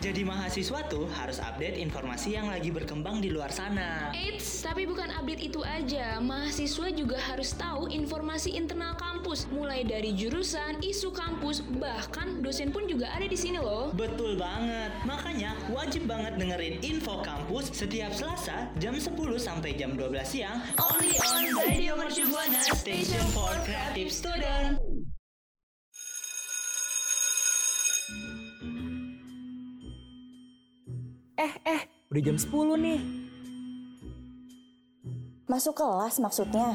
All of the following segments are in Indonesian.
Jadi mahasiswa tuh harus update informasi yang lagi berkembang di luar sana. Eits, tapi bukan update itu aja. Mahasiswa juga harus tahu informasi internal kampus, mulai dari jurusan, isu kampus, bahkan dosen pun juga ada di sini loh. Betul banget. Makanya wajib banget dengerin Info Kampus setiap Selasa jam 10 sampai jam 12 siang only on Radio Mercu Buana, Station for Creative Student. Udah jam 10 nih. Masuk kelas maksudnya?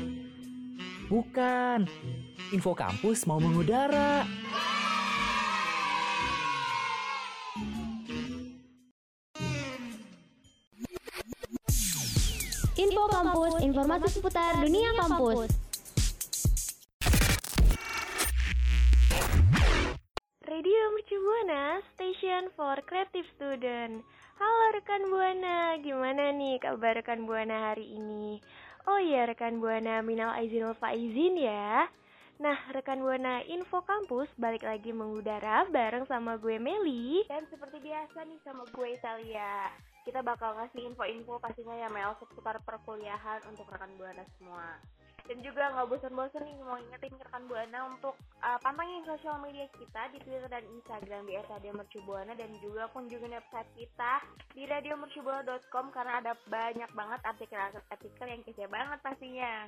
Bukan. Info kampus mau mengudara. Info Kampus, informasi seputar dunia kampus. Radio Mercu Buana, Station for Creative Student. Halo rekan Buana, gimana nih kabar rekan Buana hari ini? Oh iya rekan Buana, minal aizin wal faizin ya. Nah rekan Buana, Info Kampus balik lagi mengudara bareng sama gue Meli. Dan seperti biasa nih sama gue Italia. Kita bakal ngasih info-info pastinya ya Mel seputar perkuliahan untuk rekan Buana semua. Dan juga nggak bosan-bosan nih mau ingetin rekan Buana untuk pantengin sosial media kita di Twitter dan Instagram di @radiomercubuana dan juga kunjungin website kita di radiomercubuana.com karena ada banyak banget artikel yang kece banget pastinya.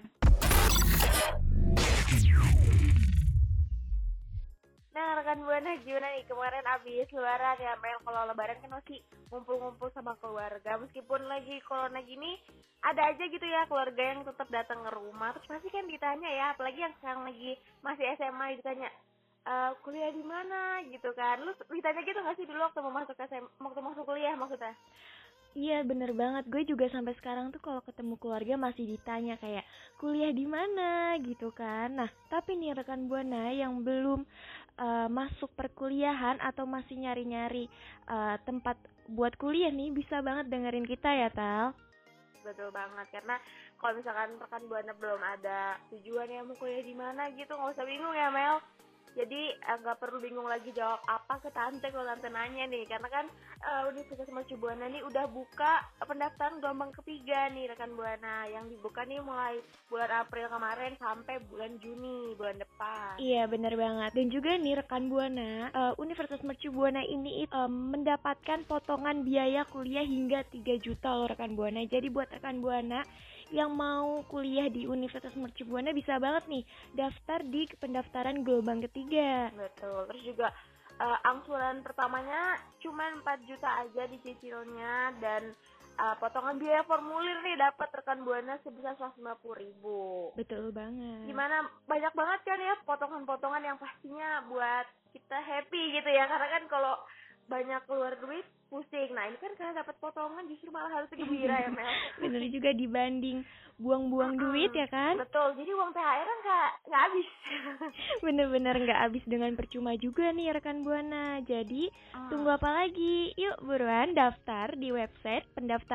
Nah rekan Buana gimana nih kemarin abis lebaran ya Mel, kalau lebaran kan masih ngumpul-ngumpul sama keluarga meskipun lagi corona gini ada aja gitu ya keluarga yang tetap datang ke rumah, terus pasti kan ditanya ya, apalagi yang sekarang lagi masih SMA ditanya kuliah di mana gitu kan, lu ditanya gitu nggak sih dulu waktu mau masuk SMA, waktu masuk kuliah maksudnya? Iya bener banget, gue juga sampai sekarang tuh kalau ketemu keluarga masih ditanya kayak kuliah di mana gitu kan. Nah tapi nih rekan Buana yang belum masuk perkuliahan atau masih nyari-nyari tempat buat kuliah nih bisa banget dengerin kita ya Tal. Betul banget, karena kalau misalkan rekan Buana belum ada tujuan yang mau kuliah di mana gitu nggak usah bingung ya Mel. Jadi nggak perlu bingung lagi jawab apa ke tante kalau tante nanya nih, karena kan Universitas Mercu Buana nih udah buka pendaftaran gelombang ketiga nih rekan Buana, yang dibuka nih mulai bulan April kemarin sampai bulan Juni bulan depan. Iya benar banget. Dan juga nih rekan Buana, Universitas Mercu Buana ini mendapatkan potongan biaya kuliah hingga 3 juta loh rekan Buana. Jadi buat rekan Buana yang mau kuliah di Universitas Mercu Buana bisa banget nih daftar di pendaftaran gelombang ketiga. Betul. Terus juga angsuran pertamanya cuma 4 juta aja dicicilnya dan potongan biaya formulir nih dapat rekan Buana sebesar 150.000. Betul banget. Gimana banyak banget kan ya potongan-potongan yang pastinya buat kita happy gitu ya, karena kan kalau banyak keluar duit pusing. Nah ini kan karena dapat potongan justru malah harus gembira ya Mel. Bener juga dibanding buang-buang duit ya kan. Betul, jadi uang THR nggak habis. Bener-bener nggak habis dengan percuma juga nih rekan Buana. Jadi tunggu apa lagi? Yuk buruan daftar di website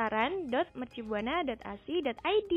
pendaftaran.mercubuana.ac.id.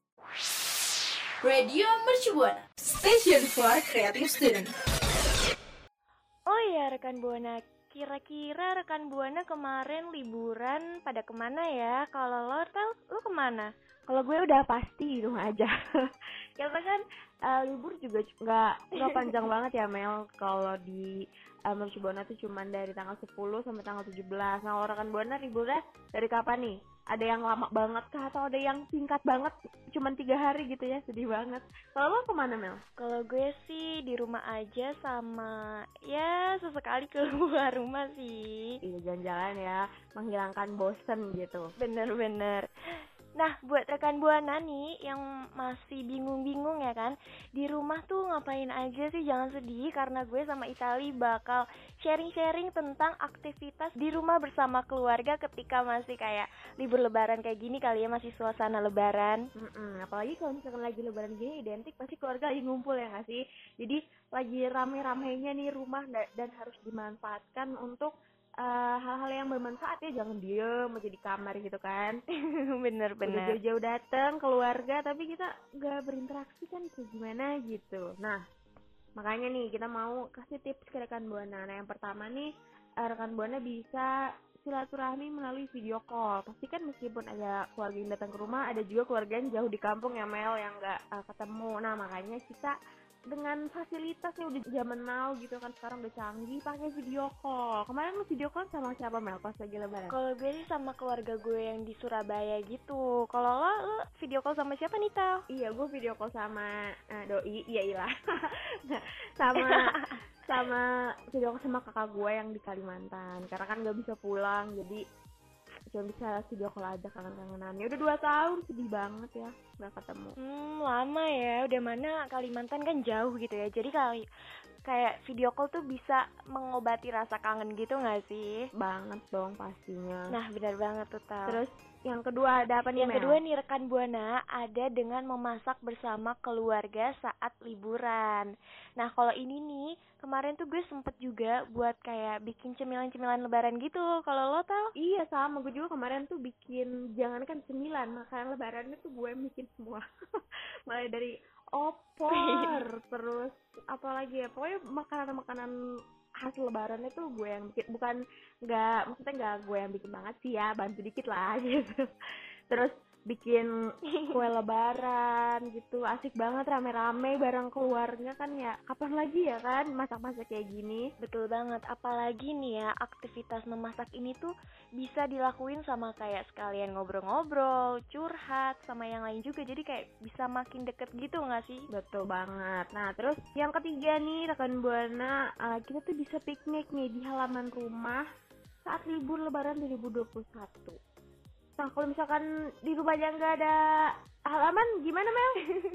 Radio Mercu Buana, Station for Creative Student. Oh iya rekan Buana, kira-kira rekan Buana kemarin liburan pada kemana ya? Kalau lo tau, lo kemana? Kalau gue udah pasti di rumah aja. Karena kan libur juga nggak panjang banget ya Mel. Kalau di Mercu Buana tuh cuman dari tanggal 10 sampai tanggal 17. Nah kalau rekan Buana liburnya dari kapan nih? Ada yang lama banget kah atau ada yang singkat banget cuman 3 hari gitu ya, sedih banget. Kalau lo kemana Mel? Kalau gue sih di rumah aja sama ya sesekali keluar rumah sih. Iya jalan-jalan ya, menghilangkan bosen gitu. Bener-bener. Nah buat rekan Buana nih yang masih bingung-bingung ya kan, di rumah tuh ngapain aja sih, jangan sedih karena gue sama Itali bakal sharing-sharing tentang aktivitas di rumah bersama keluarga ketika masih kayak libur lebaran kayak gini kali ya, masih suasana lebaran. Apalagi kalau misalkan lagi lebaran gini identik pasti keluarga lagi ngumpul ya nggak sih, jadi lagi rame-ramenya nih rumah dan harus dimanfaatkan untuk hal-hal yang bermanfaat ya, jangan diem aja di kamar gitu kan. Bener-bener udah jauh-jauh datang keluarga tapi kita nggak berinteraksi kan, itu gimana gitu. Nah makanya nih kita mau kasih tips ke rekan Buana. Nah yang pertama nih rekan Buana bisa silaturahmi melalui video call. Pasti kan meskipun ada keluarga yang datang ke rumah, ada juga keluarga yang jauh di kampung ya Mel, yang nggak ketemu. Nah makanya kita dengan fasilitasnya udah zaman now gitu kan, sekarang udah canggih, pakai video call. Kemarin lu video call sama siapa Mel pas lagi lebaran? Kalau gue sih sama keluarga gue yang di Surabaya gitu. Kalau lo video call sama siapa nih, Tal? Iya, gue video call sama doi, iya ilah. sama video call sama kakak gue yang di Kalimantan. Karena kan gak bisa pulang, jadi cuma bisa video call aja, kangen-kangenannya. Udah 2 tahun, sedih banget ya gak ketemu. Lama ya. Udah mana Kalimantan kan jauh gitu ya. Jadi kayak video call tuh bisa mengobati rasa kangen gitu gak sih? Banget dong pastinya. Nah benar banget tuh, Tal. Terus yang kedua ada apa nih, Yang kedua nih rekan Buana, ada dengan memasak bersama keluarga saat liburan. Nah kalau ini nih, kemarin tuh gue sempet juga buat kayak bikin cemilan-cemilan lebaran gitu. Kalau lo, Tal? Iya sama, gue juga kemarin tuh bikin, jangankan cemilan, makanan lebarannya tuh gue yang bikin semua. Mulai dari opor, terus apa lagi ya, pokoknya makanan-makanan khas lebarannya tuh gue yang bikin, maksudnya nggak gue yang bikin banget sih ya, bantu dikit lah gitu. Terus bikin kue lebaran gitu, asik banget, rame-rame bareng keluarga kan ya, kapan lagi ya kan masak-masak kayak gini. Betul banget, apalagi nih ya, aktivitas memasak ini tuh bisa dilakuin sama kayak sekalian ngobrol-ngobrol, curhat sama yang lain juga, jadi kayak bisa makin deket gitu nggak sih? Betul banget. Nah terus yang ketiga nih rekan Buana, kita tuh bisa piknik nih di halaman rumah saat libur lebaran 2021. Nah kalau misalkan di rumahnya nggak ada halaman gimana Mel?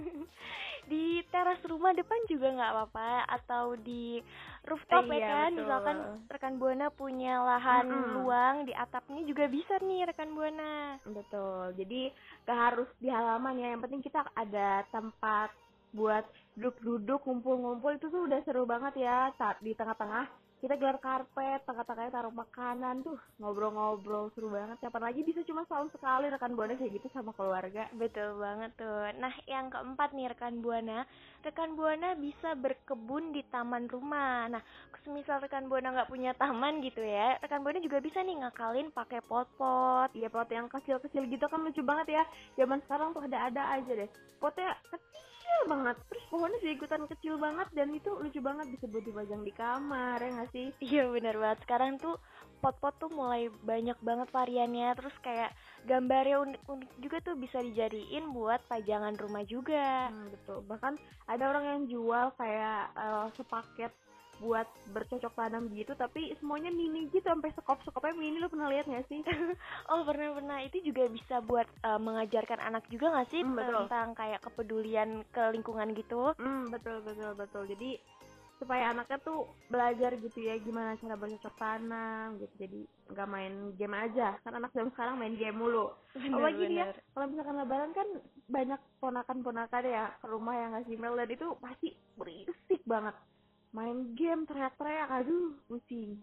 Di teras rumah depan juga nggak apa-apa, atau di rooftop ya kan, betul. Misalkan rekan Buana punya lahan luang di atapnya juga bisa nih rekan Buana. Betul, jadi gak harus di halaman ya, yang penting kita ada tempat buat duduk-duduk, ngumpul-ngumpul, itu tuh udah seru banget ya. Saat di tengah-tengah kita gelar karpet, tengah-tengahnya taruh makanan, tuh ngobrol-ngobrol seru banget. Kapan lagi bisa cuma setahun sekali rekan Buana kayak gitu sama keluarga. Betul banget tuh. Nah yang keempat nih rekan Buana bisa berkebun di taman rumah. Nah semisal rekan Buana nggak punya taman gitu ya, rekan Buana juga bisa nih ngakalin pakai pot-pot. Iya, pot yang kecil-kecil gitu kan lucu banget ya. Zaman sekarang tuh ada-ada aja deh. Potnya kecil banget, terus pohonnya juga ikutan kecil banget, dan itu lucu banget, bisa buat dipajang di kamar ya nggak sih? Iya benar banget, sekarang tuh pot-pot tuh mulai banyak banget variannya, terus kayak gambarnya unik-unik juga tuh bisa dijadiin buat pajangan rumah juga. Betul, bahkan ada orang yang jual kayak sepaket buat bercocok tanam gitu, tapi semuanya mini gitu, sampai sekop-sekopnya mini. Lo pernah lihat nggak sih? Oh pernah. Itu juga bisa buat mengajarkan anak juga nggak sih tentang kayak kepedulian ke lingkungan gitu. Betul. Jadi supaya anaknya tuh belajar gitu ya, gimana cara bercocok tanam gitu. Jadi nggak main game aja, kan anak zaman sekarang main game mulu. Apalagi nih ya, kalau misalkan lebaran kan banyak ponakan-ponakan ya ke rumah yang ngasih Mel, dan itu pasti berisik banget. Main game, teriak-teriak, aduh pusing.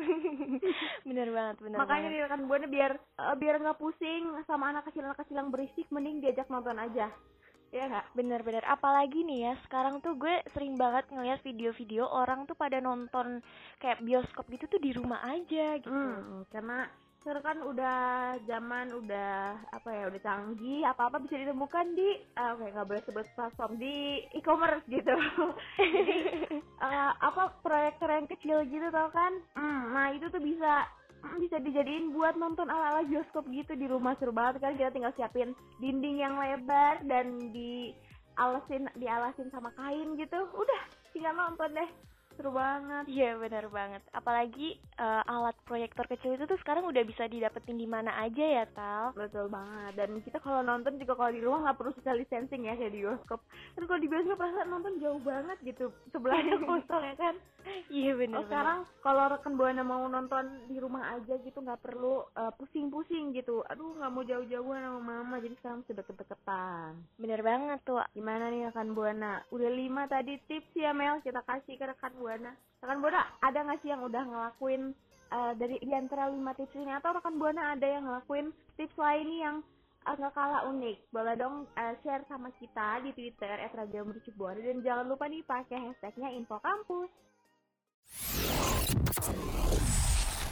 Bener banget. Makanya nih rekan Buana biar nggak pusing sama anak kecil yang berisik, mending diajak nonton aja. Ya nggak? Bener. Apalagi nih ya, sekarang tuh gue sering banget ngeliat video-video orang tuh pada nonton kayak bioskop gitu tuh di rumah aja gitu. Karena sekarang kan udah zaman udah canggih, apa-apa bisa ditemukan di nggak boleh sebut platform, di e-commerce gitu. Jadi proyektor yang kecil gitu tau kan? Nah itu tuh bisa dijadiin buat nonton ala-ala bioskop gitu di rumah, seru banget kan. Kita tinggal siapin dinding yang lebar dan dialasin sama kain gitu, udah tinggal nonton deh. Seru banget. Iya benar banget. Apalagi alat proyektor kecil itu tuh sekarang udah bisa didapetin di mana aja ya, Tal. Betul banget. Dan kita kalau nonton juga kalau di rumah nggak perlu social distancing ya kayak di bioskop. Kan kalau di bioskop perasaan nonton jauh banget gitu, sebelahnya kosong ya kan. Iya benar. Sekarang kalau rekan Buana mau nonton di rumah aja gitu, nggak perlu pusing-pusing gitu. Aduh nggak mau jauh-jauhan sama mama, jadi sekarang sudah deket-deketan. Bener banget tuh. Gimana nih rekan Buana? Udah 5 tadi tips ya Mel kita kasih ke rekan Buana. Rekan Buana ada nggak sih yang udah ngelakuin dari di antara 5 tips ini, atau rekan Buana ada yang ngelakuin tips lain yang nggak kalah unik? Boleh dong share sama kita di Twitter @radiomercubuana, dan jangan lupa nih pakai hashtagnya InfoKampus.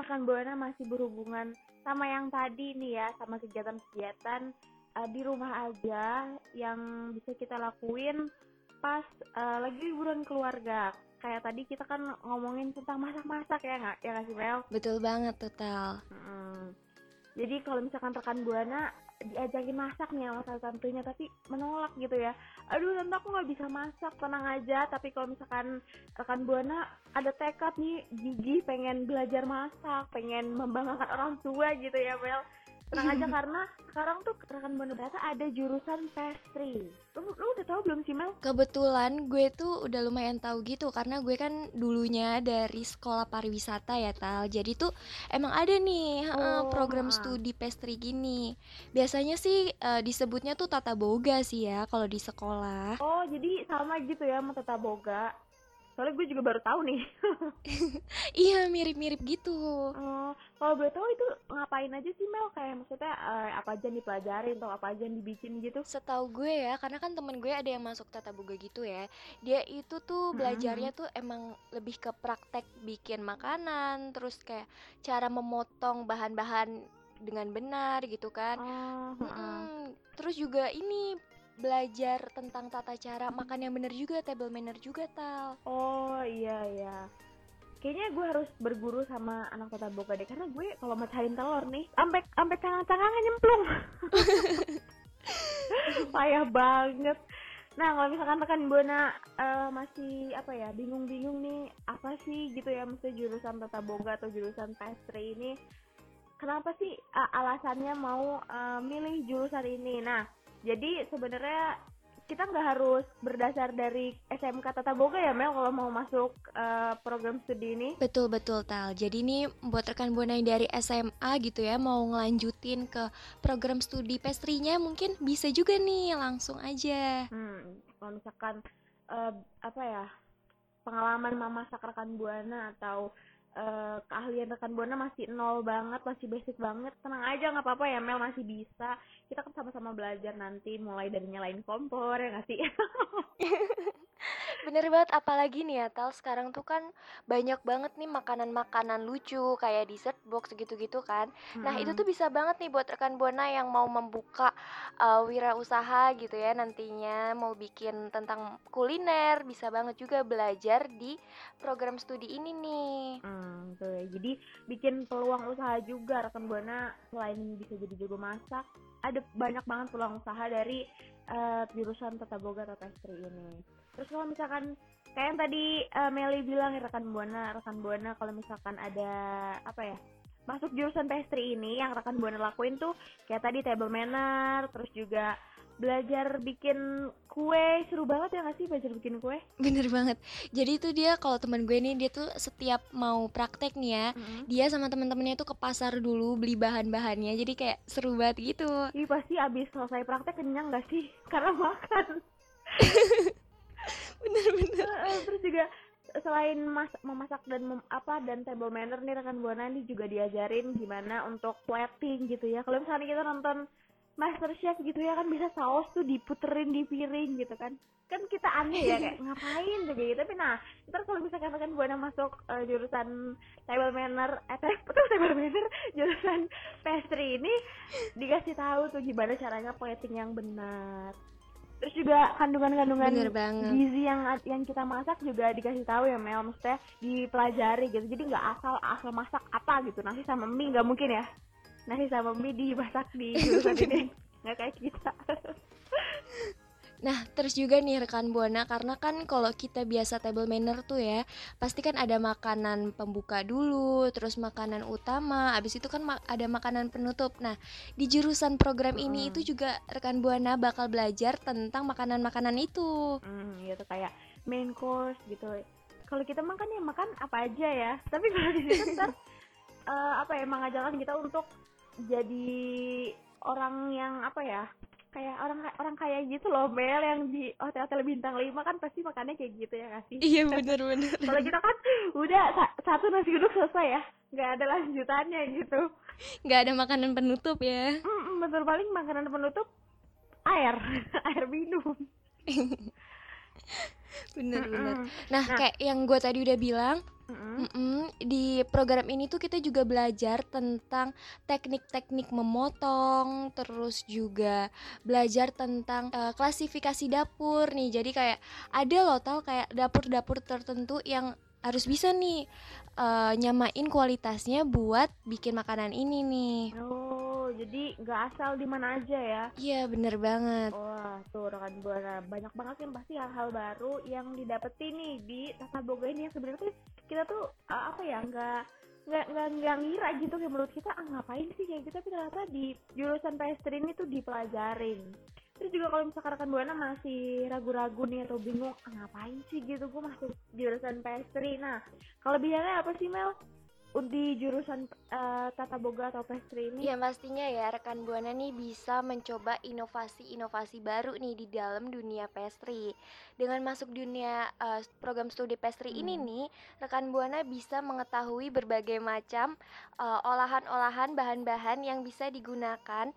rekan Buana masih berhubungan sama yang tadi nih ya, sama kegiatan-kegiatan di rumah aja yang bisa kita lakuin pas lagi liburan keluarga. Kayak tadi kita kan ngomongin tentang masak-masak ya nggak sih Mel? Betul banget tuh Tal. Jadi kalau misalkan rekan Buana diajakin masak nih sama salah satunya tapi menolak gitu ya, aduh tante aku nggak bisa masak, tenang aja. Tapi kalau misalkan rekan Buana ada tekad nih gigih pengen belajar masak, pengen membanggakan orang tua gitu ya Mel, tenang aja karena sekarang tuh rekan Buana ternyata ada jurusan pastry. Lu udah tahu belum sih Mel? Kebetulan gue tuh udah lumayan tahu gitu karena gue kan dulunya dari sekolah pariwisata ya Tal. Jadi tuh emang ada nih program studi pastry gini. Biasanya sih disebutnya tuh tata boga sih ya kalau di sekolah. Oh jadi sama gitu ya sama tata boga. Soalnya gue juga baru tahu nih. Iya mirip-mirip gitu. Kalau boleh tahu itu ngapain aja sih Mel? Kayak maksudnya apa aja yang dipelajarin atau apa aja yang dibikin gitu? Setahu gue ya, karena kan temen gue ada yang masuk tata boga gitu ya. Dia itu tuh belajarnya tuh emang lebih ke praktek bikin makanan, terus kayak cara memotong bahan-bahan dengan benar gitu kan. Terus juga ini belajar tentang tata cara makan yang benar juga, table manner juga Tal. Oh iya. Kayaknya gue harus berguru sama anak tata boga deh, karena gue kalau mecahin telur nih sampai tangan-tangannya nyemplung. Payah banget. Nah kalau misalkan rekan Buana masih bingung-bingung nih apa sih gitu ya, maksudnya jurusan tata boga atau jurusan pastry ini, kenapa sih alasannya mau milih jurusan ini? Nah jadi sebenarnya kita nggak harus berdasar dari SMK Tata Boga ya Mel kalau mau masuk program studi ini. Betul Tal. Jadi ini buat rekan Buana yang dari SMA gitu ya mau ngelanjutin ke program studi pastry-nya mungkin bisa juga nih langsung aja. Kalau misalkan pengalaman memasak rekan Buana atau keahlian rekan Buana masih nol banget, masih basic banget, tenang aja nggak apa-apa ya Mel, masih bisa. Kita kan sama-sama belajar nanti mulai dari nyalain kompor ya nggak sih? Bener banget, apalagi nih ya Tal, sekarang tuh kan banyak banget nih makanan-makanan lucu kayak dessert box gitu-gitu kan. Nah itu tuh bisa banget nih buat rekan Buana yang mau membuka wirausaha gitu ya, nantinya mau bikin tentang kuliner, bisa banget juga belajar di program studi ini nih. Tuh ya. Jadi bikin peluang usaha juga rekan Buana, selain bisa jadi jago masak, ada banyak banget peluang usaha dari jurusan tata boga atau pastry ini. Terus kalau misalkan kayak yang tadi Meli bilang ya rekan Buana kalau misalkan ada masuk jurusan pastry ini, yang rekan Buana lakuin tuh kayak tadi table manner, terus juga belajar bikin kue. Seru banget ya nggak sih belajar bikin kue? Bener banget. Jadi itu dia, kalau teman gue nih, dia tuh setiap mau praktek nih ya, dia sama teman-temannya tuh ke pasar dulu beli bahan-bahannya. Jadi kayak seru banget gitu. Ih pasti abis selesai praktek kenyang nggak sih? Karena makan. Bener-bener. Terus juga selain memasak dan table manner nih rekan Buana ini juga diajarin gimana untuk plating gitu ya. Kalau misalnya kita nonton MasterChef gitu ya kan, bisa saus tuh diputerin di piring gitu kan kita aneh ya kayak ngapain kayak gitu. Tapi nah ntar kalau misalkan rekan Buana masuk jurusan table manner jurusan pastry ini, dikasih tahu tuh gimana caranya plating yang benar. Terus juga kandungan-kandungan gizi yang kita masak juga dikasih tahu ya Mel, maksudnya dipelajari gitu. Jadi nggak asal masak apa gitu, nasi sama mie nggak mungkin ya. Nasi sama mie dimasak di jurusan ini, nggak kayak kita. Nah terus juga nih rekan Buana, karena kan kalau kita biasa table manner tuh ya, pasti kan ada makanan pembuka dulu, terus makanan utama, abis itu kan ada makanan penutup. Nah di jurusan program ini itu juga rekan Buana bakal belajar tentang makanan-makanan itu. Gitu kayak main course gitu. Kalau kita makan ya makan apa aja ya, tapi kalau di situ ntar mengajarkan kita untuk jadi orang yang kayak orang kaya gitu loh Mel, yang di hotel bintang 5 kan pasti makannya kayak gitu ya nggak sih? Iya benar-benar. Kalau kita kan udah satu nasi uduk selesai ya, nggak ada lanjutannya gitu. Nggak ada makanan penutup ya. Betul, paling makanan penutup air minum. Bener. Nah kayak yang gue tadi udah bilang, Di program ini tuh kita juga belajar tentang teknik-teknik memotong, terus juga belajar tentang klasifikasi dapur nih. Jadi kayak ada loh kayak dapur-dapur tertentu yang harus bisa nih nyamain kualitasnya buat bikin makanan ini nih. Oh, jadi nggak asal di mana aja ya? Iya, bener banget. Wah, tuh rekan Buana, banyak banget yang pasti hal-hal baru yang didapetin nih di Tata Boga ini, yang sebenarnya tuh kita tuh nggak ngira gitu, kayak menurut kita ngapain sih kayak gitu, tapi ternyata di jurusan pastry ini tuh dipelajarin. Terus juga kalau misalkan rekan Buana masih ragu-ragu nih atau bingung ngapain sih gitu gue masuk jurusan pastry, nah kelebihannya apa sih Mel di jurusan Tata Boga atau pastry ini? Ya pastinya ya rekan Buana nih bisa mencoba inovasi-inovasi baru nih di dalam dunia pastry. Dengan masuk dunia program studi pastry ini nih, rekan Buana bisa mengetahui berbagai macam olahan-olahan bahan-bahan yang bisa digunakan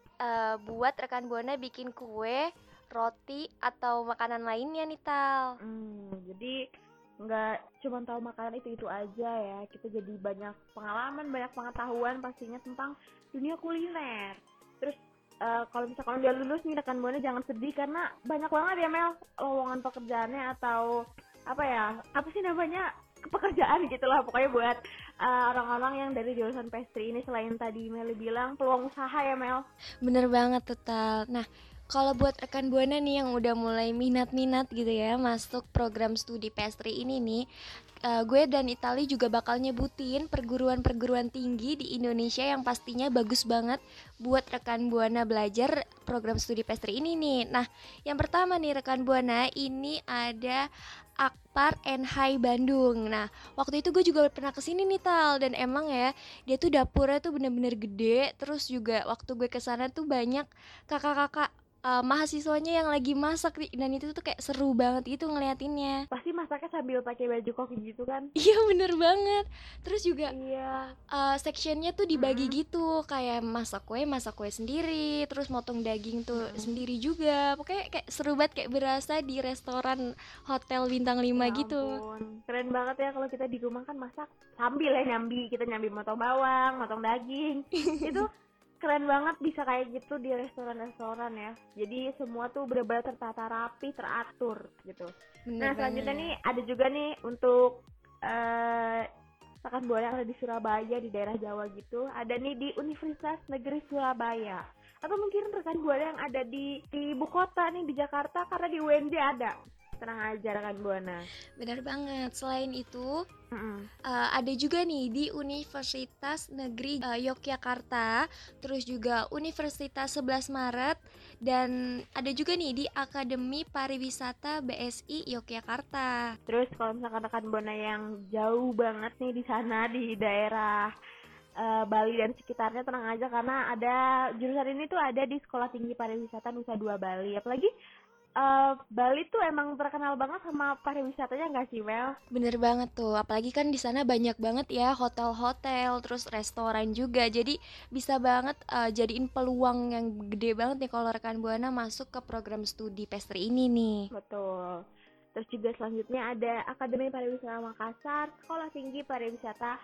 buat rekan Buana bikin kue, roti, atau makanan lainnya nih Tal. Jadi nggak cuma tahu makanan itu aja ya, kita jadi banyak pengalaman, banyak pengetahuan pastinya tentang dunia kuliner. Terus kalau misalkan udah lulus nih rekan Buana jangan sedih karena banyak banget ya Mel lowongan pekerjaannya atau apa sih namanya pekerjaan gitu lah pokoknya buat orang-orang yang dari jurusan pastry ini. Selain tadi Meli bilang peluang usaha ya Mel. Bener banget total. Nah, kalau buat rekan Buana nih yang udah mulai minat-minat gitu ya masuk program studi pastry ini nih, gue dan Itali juga bakal nyebutin perguruan-perguruan tinggi di Indonesia yang pastinya bagus banget buat rekan Buana belajar program studi pastry ini nih. Nah, yang pertama nih rekan Buana, ini ada Akpar Enhai Bandung. Nah, waktu itu gue juga pernah kesini nih Tal, dan emang ya dia tuh dapurnya tuh bener-bener gede. Terus juga waktu gue kesana tuh banyak kakak-kakak mahasiswanya yang lagi masak nih, dan itu tuh kayak seru banget gitu ngeliatinnya. Pasti masaknya sambil pakai baju koki gitu kan? Iya bener banget. Terus juga Iya. sectionnya tuh dibagi gitu, kayak masak kue sendiri, terus motong daging tuh sendiri juga. Pokoknya kayak seru banget, kayak berasa di restoran hotel bintang 5 gitu. Ampun. Keren banget ya kalau kita di rumah kan masak sambil ya kita nyambi motong bawang, motong daging. Itu keren banget bisa kayak gitu di restoran-restoran ya. Jadi semua tuh benar-benar tertata rapi, teratur gitu. Bener Selanjutnya banget. nih ada juga nih untuk rekan Buana yang ada di Surabaya, di daerah Jawa gitu. Ada nih di Universitas Negeri Surabaya. Atau mungkin rekan Buana yang ada di ibu kota nih di Jakarta, karena di UNJ ada. Tenang aja rekan Buana. Bener banget. Selain itu ada juga nih di Universitas Negeri Yogyakarta, terus juga Universitas 11 Maret, dan ada juga nih di Akademi Pariwisata BSI Yogyakarta. Terus kalau misalkan rekan Buana yang jauh banget nih di sana di daerah Bali dan sekitarnya, tenang aja karena ada jurusan ini tuh ada di Sekolah Tinggi Pariwisata Nusa Dua Bali. Apalagi Bali tuh emang terkenal banget sama pariwisatanya nggak sih Mel? Bener banget tuh, apalagi kan di sana banyak banget ya hotel-hotel, terus restoran juga. Jadi bisa banget jadiin peluang yang gede banget nih kalau rekan Buana masuk ke program studi pastry ini nih. Betul. Terus juga selanjutnya ada Akademi Pariwisata Makassar, Sekolah Tinggi Pariwisata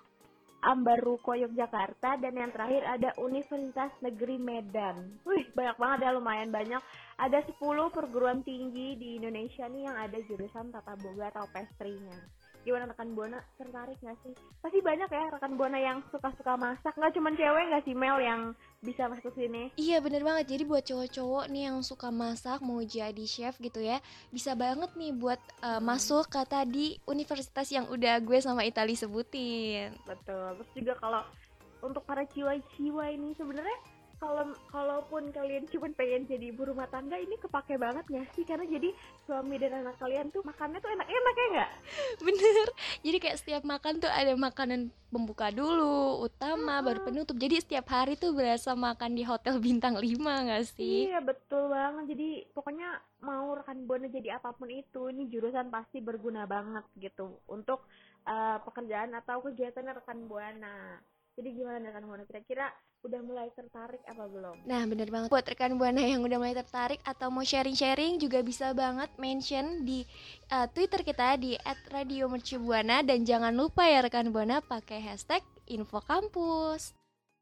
Ambarukmo Yogyakarta, dan yang terakhir ada Universitas Negeri Medan. Wih, banyak banget ya, lumayan banyak. Ada 10 perguruan tinggi di Indonesia nih yang ada jurusan Tata Boga atau pastry-nya. Gimana rekan Buana, tertarik nggak sih? Pasti banyak ya rekan Buana yang suka-suka masak. Nggak cuma cewek nggak sih Mel yang bisa masuk sini? Iya bener banget, jadi buat cowok-cowok nih yang suka masak, mau jadi chef gitu ya, bisa banget nih buat masuk ke tadi universitas yang udah gue sama Itali sebutin. Betul. Terus juga kalau untuk para ciwa-ciwa ini sebenarnya kalaupun kalian cuma pengen jadi ibu rumah tangga, ini kepake banget nggak sih? Karena jadi suami dan anak kalian tuh makannya tuh enak-enak ya nggak? Bener, jadi kayak setiap makan tuh ada makanan pembuka dulu, utama, baru penutup. Jadi setiap hari tuh berasa makan di hotel bintang 5 gak sih? Iya betul banget. Jadi pokoknya mau rekan Buana jadi apapun itu, ini jurusan pasti berguna banget gitu untuk pekerjaan atau kegiatan rekan Buana. Jadi gimana rekan Buana, kira-kira udah mulai tertarik apa belum? Nah, bener banget. Buat rekan Buana yang udah mulai tertarik atau mau sharing-sharing juga bisa banget mention di Twitter kita di @radiomercubuana, dan jangan lupa ya rekan Buana pakai hashtag #infokampus.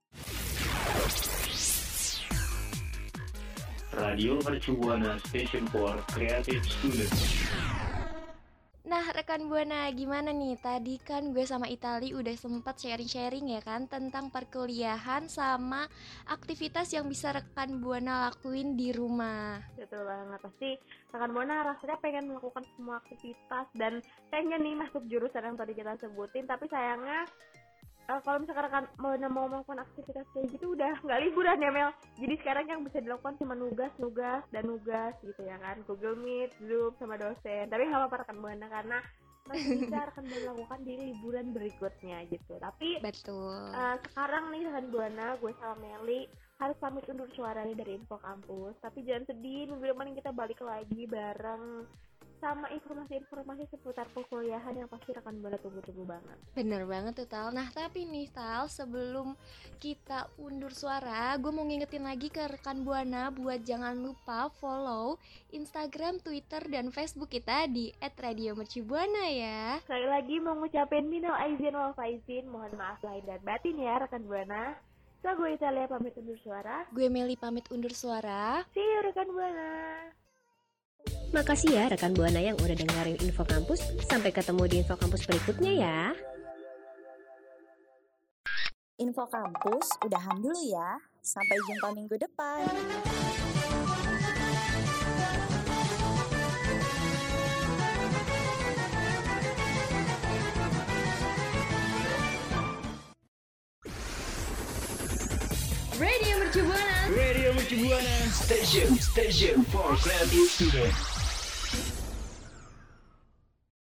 Radio Mercu Buana, Station for Creative Students. Nah, rekan Buana, gimana nih? Tadi kan gue sama Itali udah sempat sharing-sharing ya kan tentang perkuliahan sama aktivitas yang bisa rekan Buana lakuin di rumah. Betul banget, pasti rekan Buana rasanya pengen melakukan semua aktivitas dan pengen nih masuk jurusan yang tadi kita sebutin, tapi sayangnya kalau misalkan rekan Buana mau melakukan aktivitas kayak gitu udah nggak liburan ya Mel. Jadi sekarang yang bisa dilakukan cuma nugas gitu ya kan, Google Meet, Zoom sama dosen. Tapi nggak apa-apa rekan Buana karena masih bisa rekan Buana lakukan di liburan berikutnya gitu. Tapi betul. Sekarang nih rekan Buana, gue sama Meli harus pamit undur suara nih dari Info Kampus. Tapi jangan sedih, minggu depan kita balik lagi bareng sama informasi-informasi seputar perkuliahan yang pasti rekan Buana tunggu-tunggu banget. Bener banget tuh Tal. Nah tapi nih Tal, sebelum kita undur suara, gue mau ngingetin lagi ke rekan Buana buat jangan lupa follow Instagram, Twitter, dan Facebook kita di @radiomercubuana ya. Sekali lagi mau ngucapin minal aizin wal faizin, mohon maaf lahir dan batin ya rekan Buana. So gue Italia pamit undur suara. Gue Meli pamit undur suara. See you rekan Buana. Makasih ya rekan Buana yang udah dengerin Info Kampus. Sampai ketemu di Info Kampus berikutnya ya. Info Kampus udahan dulu ya. Sampai jumpa minggu depan. Radio Mercu Buana. Radio Mercu Buana, Station for Creative Students.